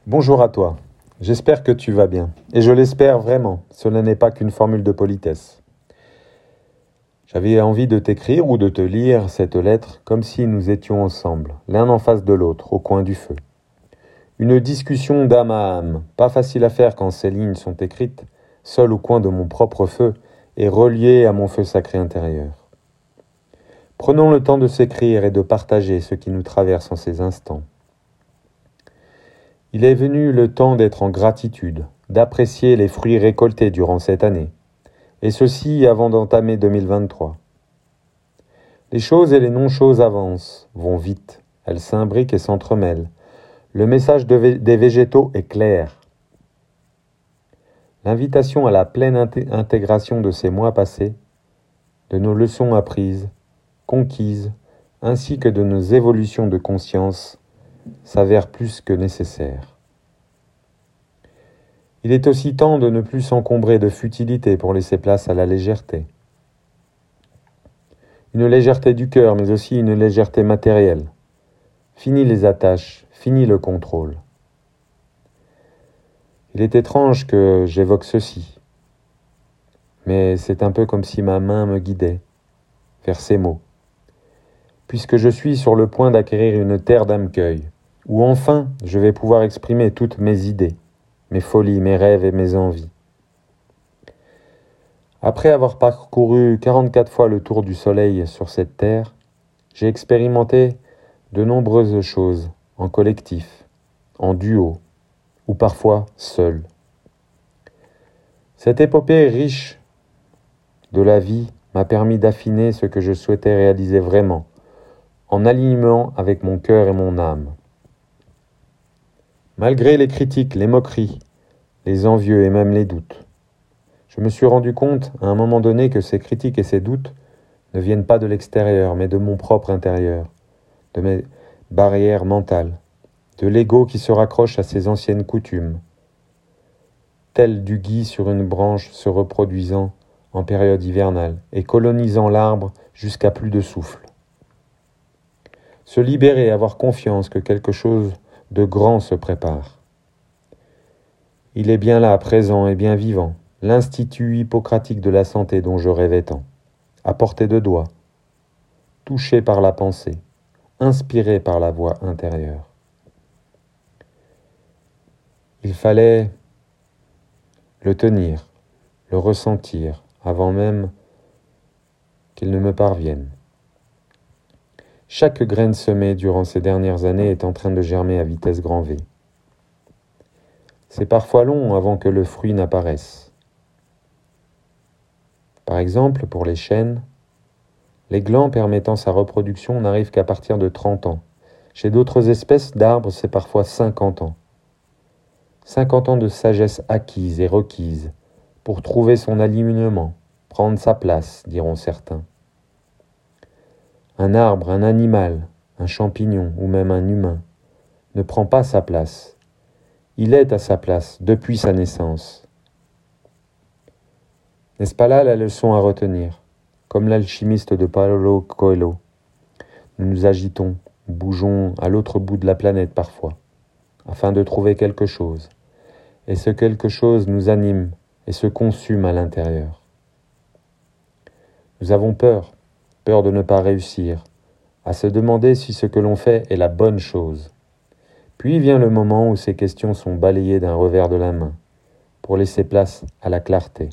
Bonjour à toi, j'espère que tu vas bien. Et je l'espère vraiment, cela n'est pas qu'une formule de politesse. J'avais envie de t'écrire ou de te lire cette lettre comme si nous étions ensemble, l'un en face de l'autre, au coin du feu. Une discussion d'âme à âme, pas facile à faire quand ces lignes sont écrites, seul au coin de mon propre feu et reliées à mon feu sacré intérieur. Prenons le temps de s'écrire et de partager ce qui nous traverse en ces instants. Il est venu le temps d'être en gratitude, d'apprécier les fruits récoltés durant cette année, et ceci avant d'entamer 2023. Les choses et les non-choses avancent, vont vite, elles s'imbriquent et s'entremêlent. Le message des végétaux est clair. L'invitation à la pleine intégration de ces mois passés, de nos leçons apprises, conquises, ainsi que de nos évolutions de conscience, s'avère plus que nécessaire. Il est aussi temps de ne plus s'encombrer de futilité pour laisser place à la légèreté. Une légèreté du cœur, mais aussi une légèreté matérielle. Fini les attaches, fini le contrôle. Il est étrange que j'évoque ceci, mais c'est un peu comme si ma main me guidait vers ces mots. Puisque je suis sur le point d'acquérir une terre d'âme-cueil, où enfin je vais pouvoir exprimer toutes mes idées, mes folies, mes rêves et mes envies. Après avoir parcouru 44 fois le tour du soleil sur cette terre, j'ai expérimenté de nombreuses choses en collectif, en duo, ou parfois seul. Cette épopée riche de la vie m'a permis d'affiner ce que je souhaitais réaliser vraiment, en alignement avec mon cœur et mon âme. Malgré les critiques, les moqueries, les envieux et même les doutes, je me suis rendu compte à un moment donné que ces critiques et ces doutes ne viennent pas de l'extérieur, mais de mon propre intérieur, de mes barrières mentales, de l'ego qui se raccroche à ses anciennes coutumes, tel du gui sur une branche se reproduisant en période hivernale et colonisant l'arbre jusqu'à plus de souffle. Se libérer, avoir confiance que quelque chose de grand se prépare. Il est bien là, présent et bien vivant, l'institut hippocratique de la santé dont je rêvais tant, à portée de doigt, touché par la pensée, inspiré par la voix intérieure. Il fallait le tenir, le ressentir, avant même qu'il ne me parvienne. Chaque graine semée durant ces dernières années est en train de germer à vitesse grand V. C'est parfois long avant que le fruit n'apparaisse. Par exemple, pour les chênes, les glands permettant sa reproduction n'arrivent qu'à partir de 30 ans. Chez d'autres espèces d'arbres, c'est parfois 50 ans. 50 ans de sagesse acquise et requise pour trouver son alignement, prendre sa place, diront certains. Un arbre, un animal, un champignon ou même un humain ne prend pas sa place. Il est à sa place depuis sa naissance. N'est-ce pas là la leçon à retenir? Comme l'alchimiste de Paulo Coelho, nous nous agitons, bougeons à l'autre bout de la planète parfois, afin de trouver quelque chose. Et ce quelque chose nous anime et se consume à l'intérieur. Nous avons peur de ne pas réussir, à se demander si ce que l'on fait est la bonne chose. Puis vient le moment où ces questions sont balayées d'un revers de la main, pour laisser place à la clarté.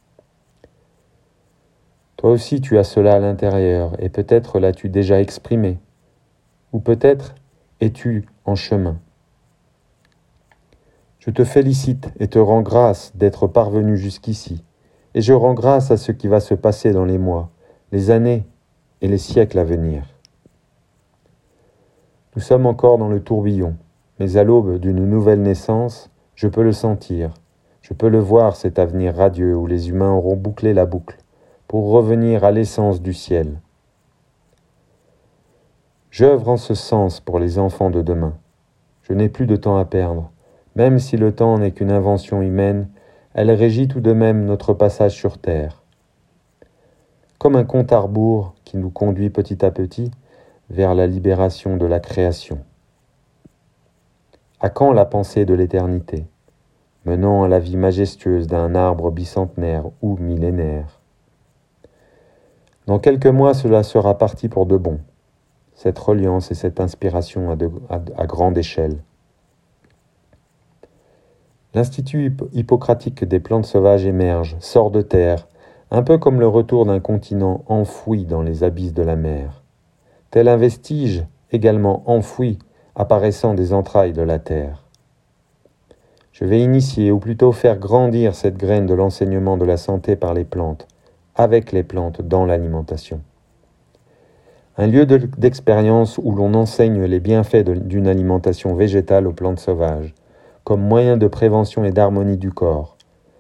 Toi aussi tu as cela à l'intérieur, et peut-être l'as-tu déjà exprimé, ou peut-être es-tu en chemin. Je te félicite et te rends grâce d'être parvenu jusqu'ici, et je rends grâce à ce qui va se passer dans les mois, les années et les siècles à venir. Nous sommes encore dans le tourbillon, mais à l'aube d'une nouvelle naissance, je peux le sentir, je peux le voir cet avenir radieux où les humains auront bouclé la boucle pour revenir à l'essence du ciel. J'œuvre en ce sens pour les enfants de demain. Je n'ai plus de temps à perdre. Même si le temps n'est qu'une invention humaine, elle régit tout de même notre passage sur Terre. Comme un compte à rebours qui nous conduit petit à petit vers la libération de la création. À quand la pensée de l'éternité, menant à la vie majestueuse d'un arbre bicentenaire ou millénaire? Dans quelques mois, cela sera parti pour de bon, cette reliance et cette inspiration à grande échelle. L'Institut hippocratique des plantes sauvages émerge, sort de terre, un peu comme le retour d'un continent enfoui dans les abysses de la mer, tel un vestige également enfoui apparaissant des entrailles de la terre. Je vais initier, ou plutôt faire grandir cette graine de l'enseignement de la santé par les plantes, avec les plantes dans l'alimentation. Un lieu d'expérience où l'on enseigne les bienfaits d'une alimentation végétale aux plantes sauvages, comme moyen de prévention et d'harmonie du corps.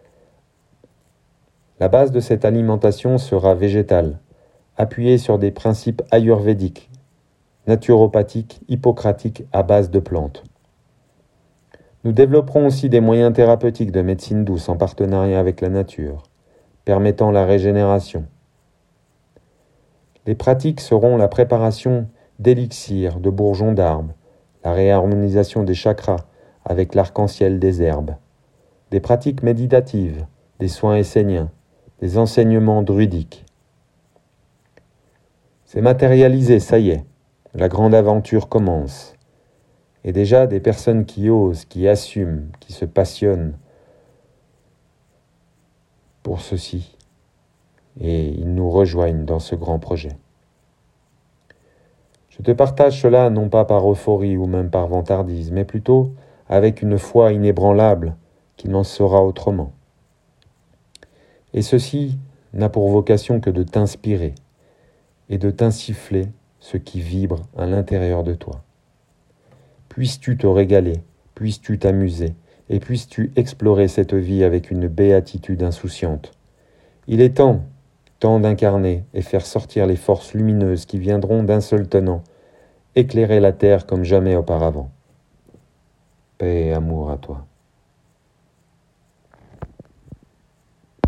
La base de cette alimentation sera végétale, appuyée sur des principes ayurvédiques, naturopathiques, hippocratiques à base de plantes. Nous développerons aussi des moyens thérapeutiques de médecine douce en partenariat avec la nature, permettant la régénération. Les pratiques seront la préparation d'élixirs, de bourgeons d'arbres, la réharmonisation des chakras avec l'arc-en-ciel des herbes, des pratiques méditatives, des soins esséniens, des enseignements druidiques. C'est matérialisé, ça y est, la grande aventure commence. Et déjà des personnes qui osent, qui assument, qui se passionnent pour ceci. Et ils nous rejoignent dans ce grand projet. Je te partage cela non pas par euphorie ou même par vantardise, mais plutôt avec une foi inébranlable qu'il n'en sera autrement. Et ceci n'a pour vocation que de t'inspirer et de t'insuffler ce qui vibre à l'intérieur de toi. Puisses-tu te régaler, puisses-tu t'amuser, et puisses-tu explorer cette vie avec une béatitude insouciante. Il est temps d'incarner et faire sortir les forces lumineuses qui viendront d'un seul tenant, éclairer la terre comme jamais auparavant. Paix et amour à toi.